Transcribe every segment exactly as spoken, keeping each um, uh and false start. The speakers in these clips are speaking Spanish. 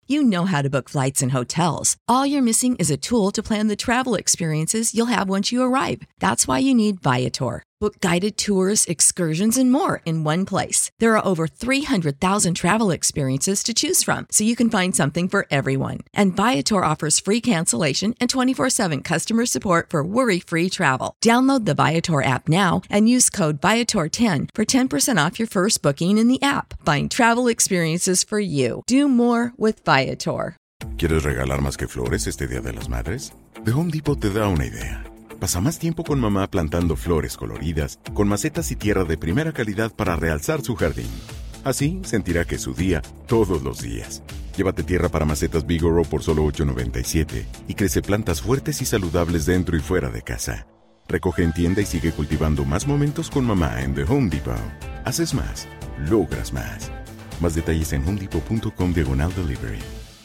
You know how to book flights and hotels. All you're missing is a tool to plan the travel experiences you'll have once you arrive. That's why you need Viator. Book guided tours, excursions, and more in one place. There are over three hundred thousand travel experiences to choose from, so you can find something for everyone. And Viator offers free cancellation and twenty-four seven customer support for worry-free travel. Download the Viator app now and use code Viator ten for ten percent off your first booking in the app. Find travel experiences for you. Do more with Viator. ¿Quieres regalar más que flores este Día de las Madres? The Home Depot te da una idea. Pasa más tiempo con mamá plantando flores coloridas, con macetas y tierra de primera calidad para realzar su jardín. Así sentirá que es su día todos los días. Llévate tierra para macetas Vigoro por solo ocho noventa y siete y crece plantas fuertes y saludables dentro y fuera de casa. Recoge en tienda y sigue cultivando más momentos con mamá en The Home Depot. Haces más, logras más. Más detalles en homedepot.com diagonal delivery.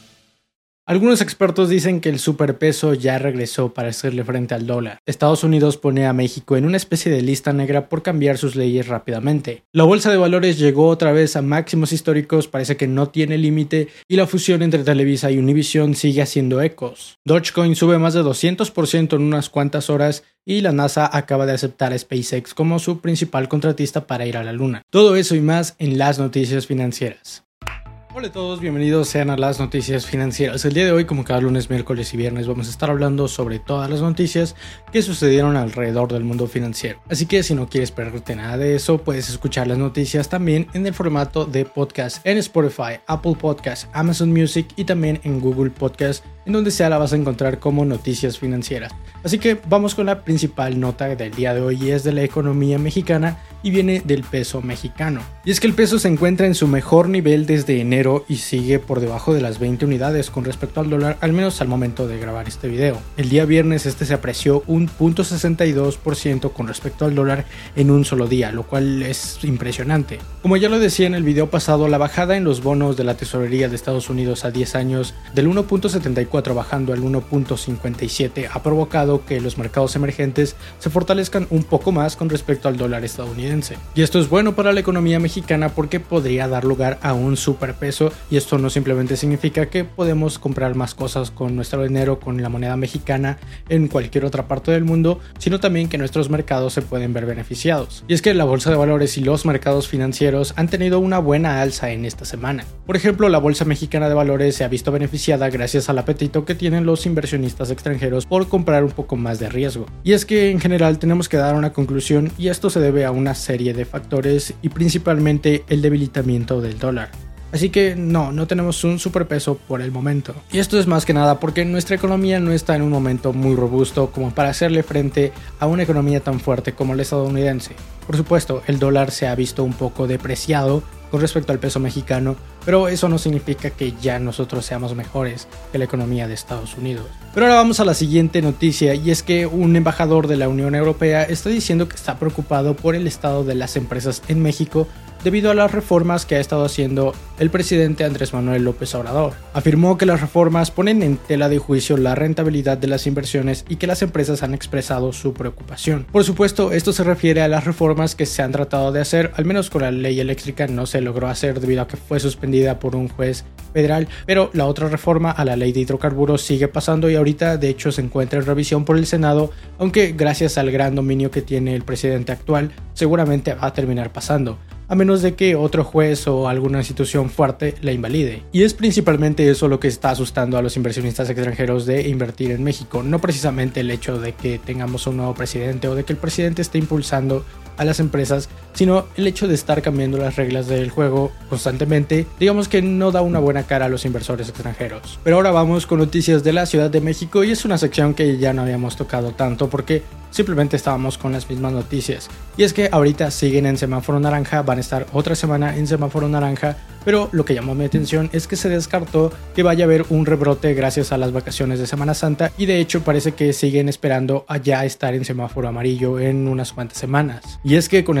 Algunos expertos dicen que el superpeso ya regresó para hacerle frente al dólar. Estados Unidos pone a México en una especie de lista negra por cambiar sus leyes rápidamente. La bolsa de valores llegó otra vez a máximos históricos, parece que no tiene límite, y la fusión entre Televisa y Univision sigue haciendo ecos. Dogecoin sube más de doscientos por ciento en unas cuantas horas y la NASA acaba de aceptar a SpaceX como su principal contratista para ir a la Luna. Todo eso y más en las noticias financieras. Hola a todos, bienvenidos sean a las noticias financieras. El día de hoy, como cada lunes, miércoles y viernes, vamos a estar hablando sobre todas las noticias que sucedieron alrededor del mundo financiero. Así que si no quieres perderte nada de eso, puedes escuchar las noticias también en el formato de podcast en Spotify, Apple Podcasts, Amazon Music y también en Google Podcasts, en donde sea la vas a encontrar como noticias financieras. Así que vamos con la principal nota del día de hoy y es de la economía mexicana y viene del peso mexicano. Y es que el peso se encuentra en su mejor nivel desde enero y sigue por debajo de las veinte unidades con respecto al dólar, al menos al momento de grabar este video. El día viernes este se apreció un cero punto sesenta y dos por ciento con respecto al dólar en un solo día, lo cual es impresionante. Como ya lo decía en el video pasado, la bajada en los bonos de la tesorería de Estados Unidos a diez años del uno punto setenta y cuatro bajando al uno punto cincuenta y siete ha provocado que los mercados emergentes se fortalezcan un poco más con respecto al dólar estadounidense. Y esto es bueno para la economía mexicana porque podría dar lugar a un superpeso, y esto no simplemente significa que podemos comprar más cosas con nuestro dinero, con la moneda mexicana en cualquier otra parte del mundo, sino también que nuestros mercados se pueden ver beneficiados. Y es que la bolsa de valores y los mercados financieros han tenido una buena alza en esta semana. Por ejemplo, la bolsa mexicana de valores se ha visto beneficiada gracias al apetito que tienen los inversionistas extranjeros por comprar un poco más de riesgo. Y es que en general tenemos que dar una conclusión, y esto se debe a una serie de factores y principalmente el debilitamiento del dólar. Así que no, no tenemos un superpeso por el momento. Y esto es más que nada porque nuestra economía no está en un momento muy robusto como para hacerle frente a una economía tan fuerte como la estadounidense. Por supuesto, el dólar se ha visto un poco depreciado con respecto al peso mexicano, pero eso no significa que ya nosotros seamos mejores que la economía de Estados Unidos. Pero ahora vamos a la siguiente noticia, y es que un embajador de la Unión Europea está diciendo que está preocupado por el estado de las empresas en México debido a las reformas que ha estado haciendo el presidente Andrés Manuel López Obrador. Afirmó que las reformas ponen en tela de juicio la rentabilidad de las inversiones y que las empresas han expresado su preocupación. Por supuesto, esto se refiere a las reformas que se han tratado de hacer, al menos con la ley eléctrica no se logró hacer debido a que fue suspendida por un juez federal, pero la otra reforma a la ley de hidrocarburos sigue pasando y ahorita de hecho se encuentra en revisión por el Senado, aunque gracias al gran dominio que tiene el presidente actual seguramente va a terminar pasando, a menos de que otro juez o alguna institución fuerte la invalide. Y es principalmente eso lo que está asustando a los inversionistas extranjeros de invertir en México, no precisamente el hecho de que tengamos un nuevo presidente o de que el presidente esté impulsando a las empresas, sino el hecho de estar cambiando las reglas del juego constantemente, digamos que no da una buena cara a los inversores extranjeros. Pero ahora vamos con noticias de la Ciudad de México, y es una sección que ya no habíamos tocado tanto porque simplemente estábamos con las mismas noticias. Y es que ahorita siguen en semáforo naranja, van a estar otra semana en semáforo naranja, pero lo que llamó mi atención es que se descartó que vaya a haber un rebrote gracias a las vacaciones de Semana Santa, y de hecho parece que siguen esperando a ya estar en semáforo amarillo en unas cuantas semanas. Y es que con este posible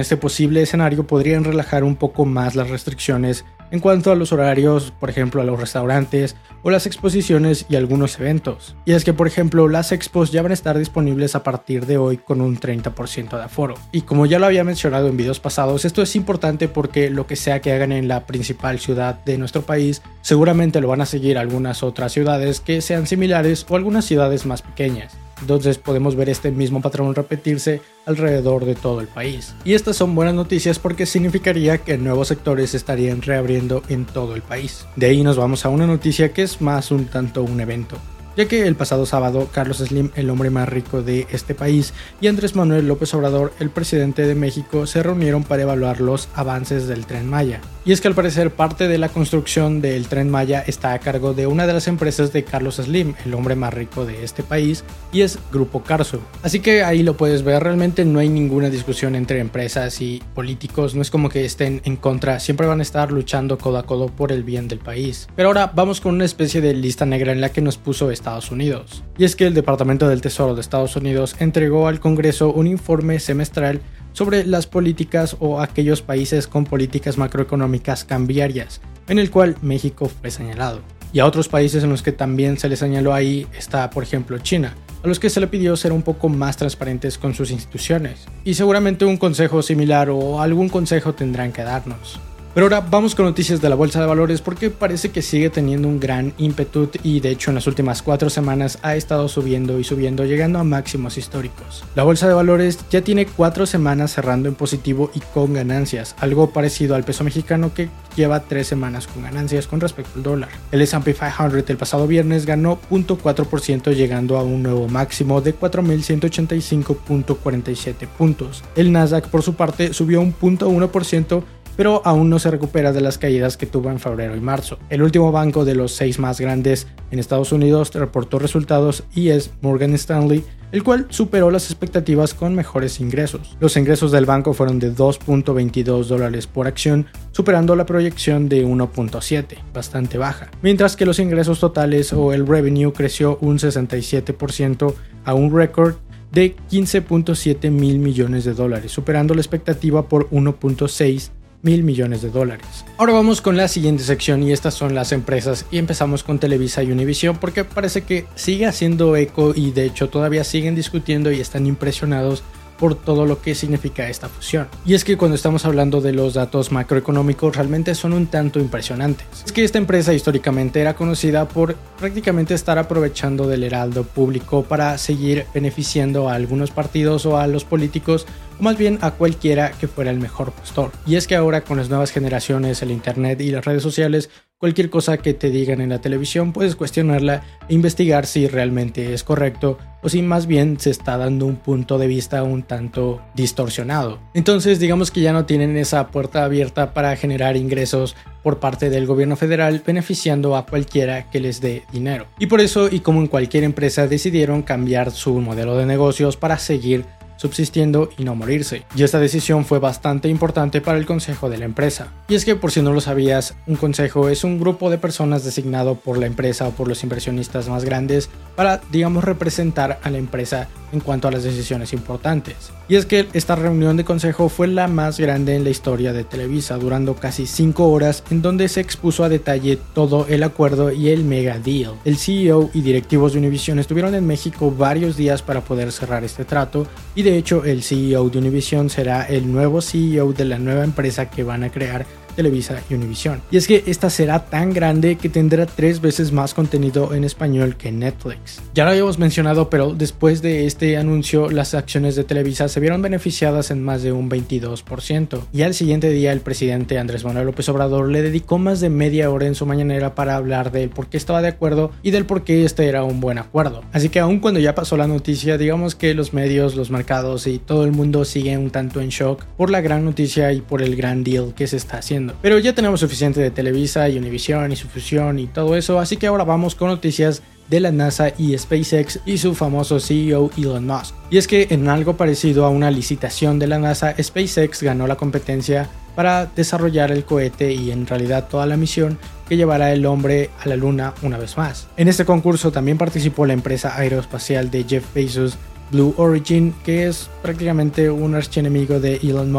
posible escenario podrían relajar un poco más las restricciones en cuanto a los horarios, por ejemplo a los restaurantes o las exposiciones y algunos eventos. Y es que por ejemplo las expos ya van a estar disponibles a partir de hoy con un treinta por ciento de aforo. Y como ya lo había mencionado en videos pasados, esto es importante porque lo que sea que hagan en la principal ciudad de nuestro país, seguramente lo van a seguir algunas otras ciudades que sean similares o algunas ciudades más pequeñas. Entonces podemos ver este mismo patrón repetirse alrededor de todo el país. Y estas son buenas noticias porque significaría que nuevos sectores estarían reabriendo en todo el país. De ahí nos vamos a una noticia que es más un tanto un evento, ya que el pasado sábado Carlos Slim, el hombre más rico de este país, y Andrés Manuel López Obrador, el presidente de México, se reunieron para evaluar los avances del Tren Maya. Y es que al parecer parte de la construcción del Tren Maya está a cargo de una de las empresas de Carlos Slim, el hombre más rico de este país, y es Grupo Carso. Así que ahí lo puedes ver, realmente no hay ninguna discusión entre empresas y políticos, no es como que estén en contra, siempre van a estar luchando codo a codo por el bien del país. Pero ahora vamos con una especie de lista negra en la que nos puso Estados Unidos. Y es que el Departamento del Tesoro de Estados Unidos entregó al Congreso un informe semestral sobre las políticas o aquellos países con políticas macroeconómicas cambiarias, en el cual México fue señalado. Y a otros países en los que también se les señaló ahí está, por ejemplo, China, a los que se le pidió ser un poco más transparentes con sus instituciones. Y seguramente un consejo similar o algún consejo tendrán que darnos. Pero ahora vamos con noticias de la bolsa de valores porque parece que sigue teniendo un gran ímpetu y de hecho en las últimas cuatro semanas ha estado subiendo y subiendo, llegando a máximos históricos. La bolsa de valores ya tiene cuatro semanas cerrando en positivo y con ganancias, algo parecido al peso mexicano que lleva tres semanas con ganancias con respecto al dólar. El ese and pe quinientos el pasado viernes ganó cero punto cuatro por ciento llegando a un nuevo máximo de cuatro mil ciento ochenta y cinco punto cuarenta y siete puntos. El Nasdaq por su parte subió un cero punto uno por ciento, pero aún no se recupera de las caídas que tuvo en febrero y marzo. El último banco de los seis más grandes en Estados Unidos reportó resultados y es Morgan Stanley, el cual superó las expectativas con mejores ingresos. Los ingresos del banco fueron de dos punto veintidós dólares por acción, superando la proyección de uno punto siete, bastante baja, mientras que los ingresos totales o el revenue creció un sesenta y siete por ciento a un récord de quince punto siete mil millones de dólares, superando la expectativa por uno punto seis mil millones de dólares. Ahora vamos con la siguiente sección y estas son las empresas y empezamos con Televisa y Univisión porque parece que sigue haciendo eco y de hecho todavía siguen discutiendo y están impresionados por todo lo que significa esta fusión. Y es que cuando estamos hablando de los datos macroeconómicos realmente son un tanto impresionantes. Es que esta empresa históricamente era conocida por prácticamente estar aprovechando del heraldo público para seguir beneficiando a algunos partidos o a los políticos, o más bien a cualquiera que fuera el mejor postor. Y es que ahora con las nuevas generaciones, el internet y las redes sociales, cualquier cosa que te digan en la televisión puedes cuestionarla e investigar si realmente es correcto o si más bien se está dando un punto de vista un tanto distorsionado. Entonces digamos que ya no tienen esa puerta abierta para generar ingresos por parte del gobierno federal beneficiando a cualquiera que les dé dinero. Y por eso, y como en cualquier empresa, decidieron cambiar su modelo de negocios para seguir subsistiendo y no morirse. Y esta decisión fue bastante importante para el consejo de la empresa. Y es que por si no lo sabías, un consejo es un grupo de personas designado por la empresa o por los inversionistas más grandes para, digamos, representar a la empresa en cuanto a las decisiones importantes. Y es que esta reunión de consejo fue la más grande en la historia de Televisa, durando casi cinco horas, en donde se expuso a detalle todo el acuerdo y el mega deal. El C E O y directivos de Univision estuvieron en México varios días para poder cerrar este trato y de hecho el C E O de Univision será el nuevo C E O de la nueva empresa que van a crear, Televisa y Univisión. Y es que esta será tan grande que tendrá tres veces más contenido en español que Netflix. Ya lo habíamos mencionado, pero después de este anuncio las acciones de Televisa se vieron beneficiadas en más de un veintidós por ciento. Y al siguiente día el presidente Andrés Manuel López Obrador le dedicó más de media hora en su mañanera para hablar del por qué estaba de acuerdo y del por qué este era un buen acuerdo. Así que aun cuando ya pasó la noticia, digamos que los medios, los mercados y todo el mundo siguen un tanto en shock por la gran noticia y por el gran deal que se está haciendo. Pero ya tenemos suficiente de Televisa y Univision y su fusión y todo eso, así que ahora vamos con noticias de la NASA y SpaceX y su famoso C E O Elon Musk. Y es que en algo parecido a una licitación de la NASA, SpaceX ganó la competencia para desarrollar el cohete y en realidad toda la misión que llevará el hombre a la luna una vez más. En este concurso también participó la empresa aeroespacial de Jeff Bezos, Blue Origin, que es prácticamente un archienemigo de Elon Musk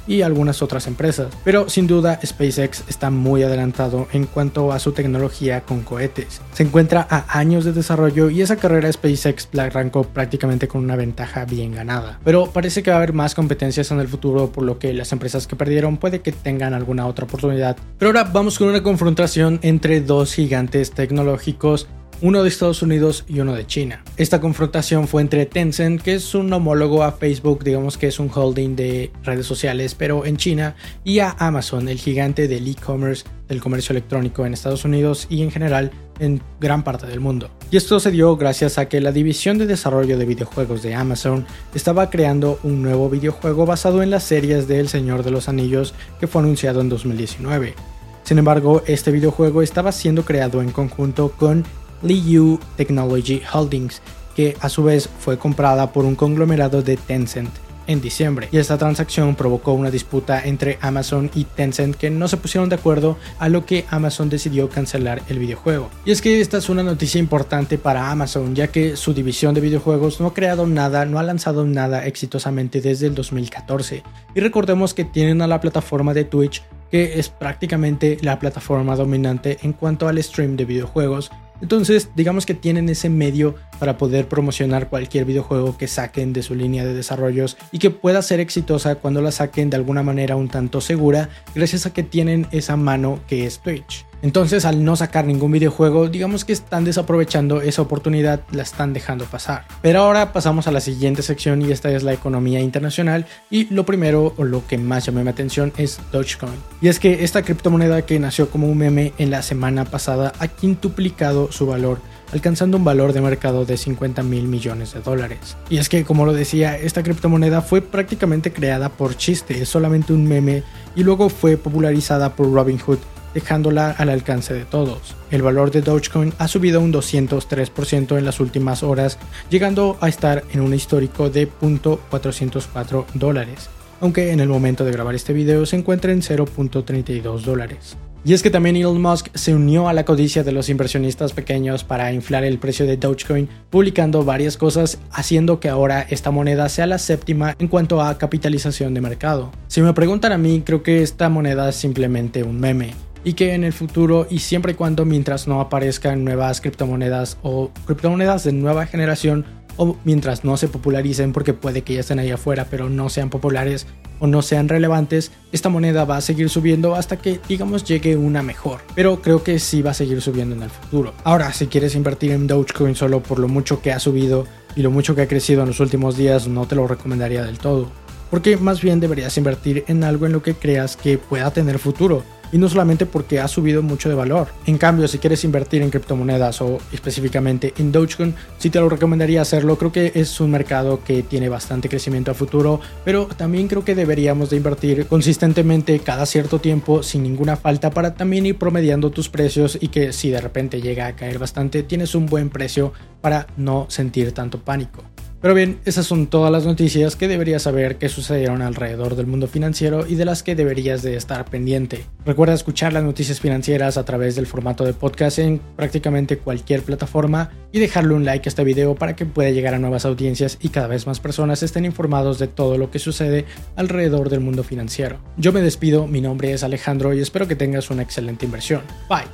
y algunas otras empresas. Pero sin duda SpaceX está muy adelantado en cuanto a su tecnología con cohetes. Se encuentra a años de desarrollo y esa carrera SpaceX la arrancó prácticamente con una ventaja bien ganada. Pero parece que va a haber más competencias en el futuro, por lo que las empresas que perdieron puede que tengan alguna otra oportunidad. Pero ahora vamos con una confrontación entre dos gigantes tecnológicos, uno de Estados Unidos y uno de China. Esta confrontación fue entre Tencent, que es un homólogo a Facebook, digamos que es un holding de redes sociales, pero en China, y a Amazon, el gigante del e-commerce, del comercio electrónico en Estados Unidos y en general en gran parte del mundo. Y esto se dio gracias a que la división de desarrollo de videojuegos de Amazon estaba creando un nuevo videojuego basado en las series de El Señor de los Anillos que fue anunciado en dos mil diecinueve. Sin embargo, este videojuego estaba siendo creado en conjunto con Liu Technology Holdings, que a su vez fue comprada por un conglomerado de Tencent en diciembre, y esta transacción provocó una disputa entre Amazon y Tencent que no se pusieron de acuerdo, a lo que Amazon decidió cancelar el videojuego. Y es que esta es una noticia importante para Amazon, ya que su división de videojuegos no ha creado nada, no ha lanzado nada exitosamente desde el dos mil catorce, y recordemos que tienen a la plataforma de Twitch, que es prácticamente la plataforma dominante en cuanto al stream de videojuegos. Entonces, digamos que tienen ese medio para poder promocionar cualquier videojuego que saquen de su línea de desarrollos y que pueda ser exitosa cuando la saquen de alguna manera un tanto segura, gracias a que tienen esa mano que es Twitch. Entonces, al no sacar ningún videojuego, digamos que están desaprovechando esa oportunidad, la están dejando pasar. Pero ahora pasamos a la siguiente sección, y esta es la economía internacional, y lo primero o lo que más llamó mi atención es Dogecoin. Y es que esta criptomoneda, que nació como un meme en la semana pasada, ha quintuplicado su valor, alcanzando un valor de mercado de cincuenta mil millones de dólares. Y es que, como lo decía, esta criptomoneda fue prácticamente creada por chiste, es solamente un meme, y luego fue popularizada por Robinhood, dejándola al alcance de todos. El valor de Dogecoin ha subido un doscientos tres por ciento en las últimas horas, llegando a estar en un histórico de cero punto cuatrocientos cuatro dólares, aunque en el momento de grabar este video se encuentra en cero punto treinta y dos dólares. Y es que también Elon Musk se unió a la codicia de los inversionistas pequeños para inflar el precio de Dogecoin, publicando varias cosas, haciendo que ahora esta moneda sea la séptima en cuanto a capitalización de mercado. Si me preguntan a mí, creo que esta moneda es simplemente un meme, y que en el futuro, y siempre y cuando mientras no aparezcan nuevas criptomonedas o criptomonedas de nueva generación, o mientras no se popularicen, porque puede que ya estén ahí afuera pero no sean populares o no sean relevantes, esta moneda va a seguir subiendo hasta que, digamos, llegue una mejor. Pero creo que sí va a seguir subiendo en el futuro. Ahora, si quieres invertir en Dogecoin solo por lo mucho que ha subido y lo mucho que ha crecido en los últimos días, no te lo recomendaría del todo, porque más bien deberías invertir en algo en lo que creas que pueda tener futuro, y no solamente porque ha subido mucho de valor. En cambio, si quieres invertir en criptomonedas o específicamente en Dogecoin, sí te lo recomendaría hacerlo. Creo que es un mercado que tiene bastante crecimiento a futuro, pero también creo que deberíamos de invertir consistentemente cada cierto tiempo sin ninguna falta, para también ir promediando tus precios, y que si de repente llega a caer bastante, tienes un buen precio para no sentir tanto pánico. Pero bien, esas son todas las noticias que deberías saber que sucedieron alrededor del mundo financiero y de las que deberías de estar pendiente. Recuerda escuchar las noticias financieras a través del formato de podcast en prácticamente cualquier plataforma, y dejarle un like a este video para que pueda llegar a nuevas audiencias y cada vez más personas estén informados de todo lo que sucede alrededor del mundo financiero. Yo me despido, mi nombre es Alejandro y espero que tengas una excelente inversión. Bye.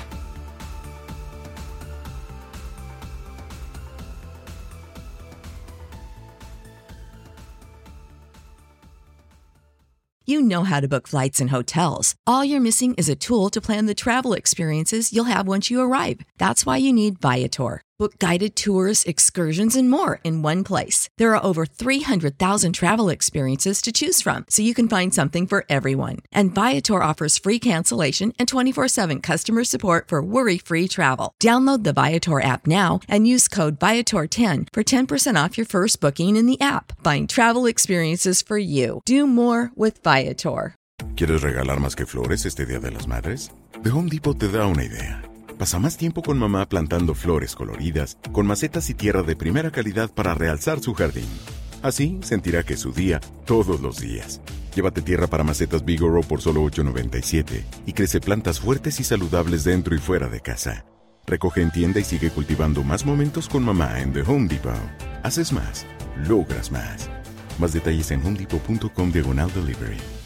You know how to book flights and hotels. All you're missing is a tool to plan the travel experiences you'll have once you arrive. That's why you need Viator. Book guided tours, excursions, and more in one place. There are over three hundred thousand travel experiences to choose from, so you can find something for everyone. And Viator offers free cancellation and twenty-four seven customer support for worry-free travel. Download the Viator app now and use code Viator ten for ten percent off your first booking in the app. Find travel experiences for you. Do more with Viator. ¿Quieres regalar más que flores este Día de las Madres? The Home Depot te da una idea. Pasa más tiempo con mamá plantando flores coloridas, con macetas y tierra de primera calidad para realzar su jardín. Así sentirá que es su día todos los días. Llévate tierra para macetas Bigoro por solo ocho noventa y siete y crece plantas fuertes y saludables dentro y fuera de casa. Recoge en tienda y sigue cultivando más momentos con mamá en The Home Depot. Haces más, logras más. Más detalles en homedepot punto com diagonal delivery.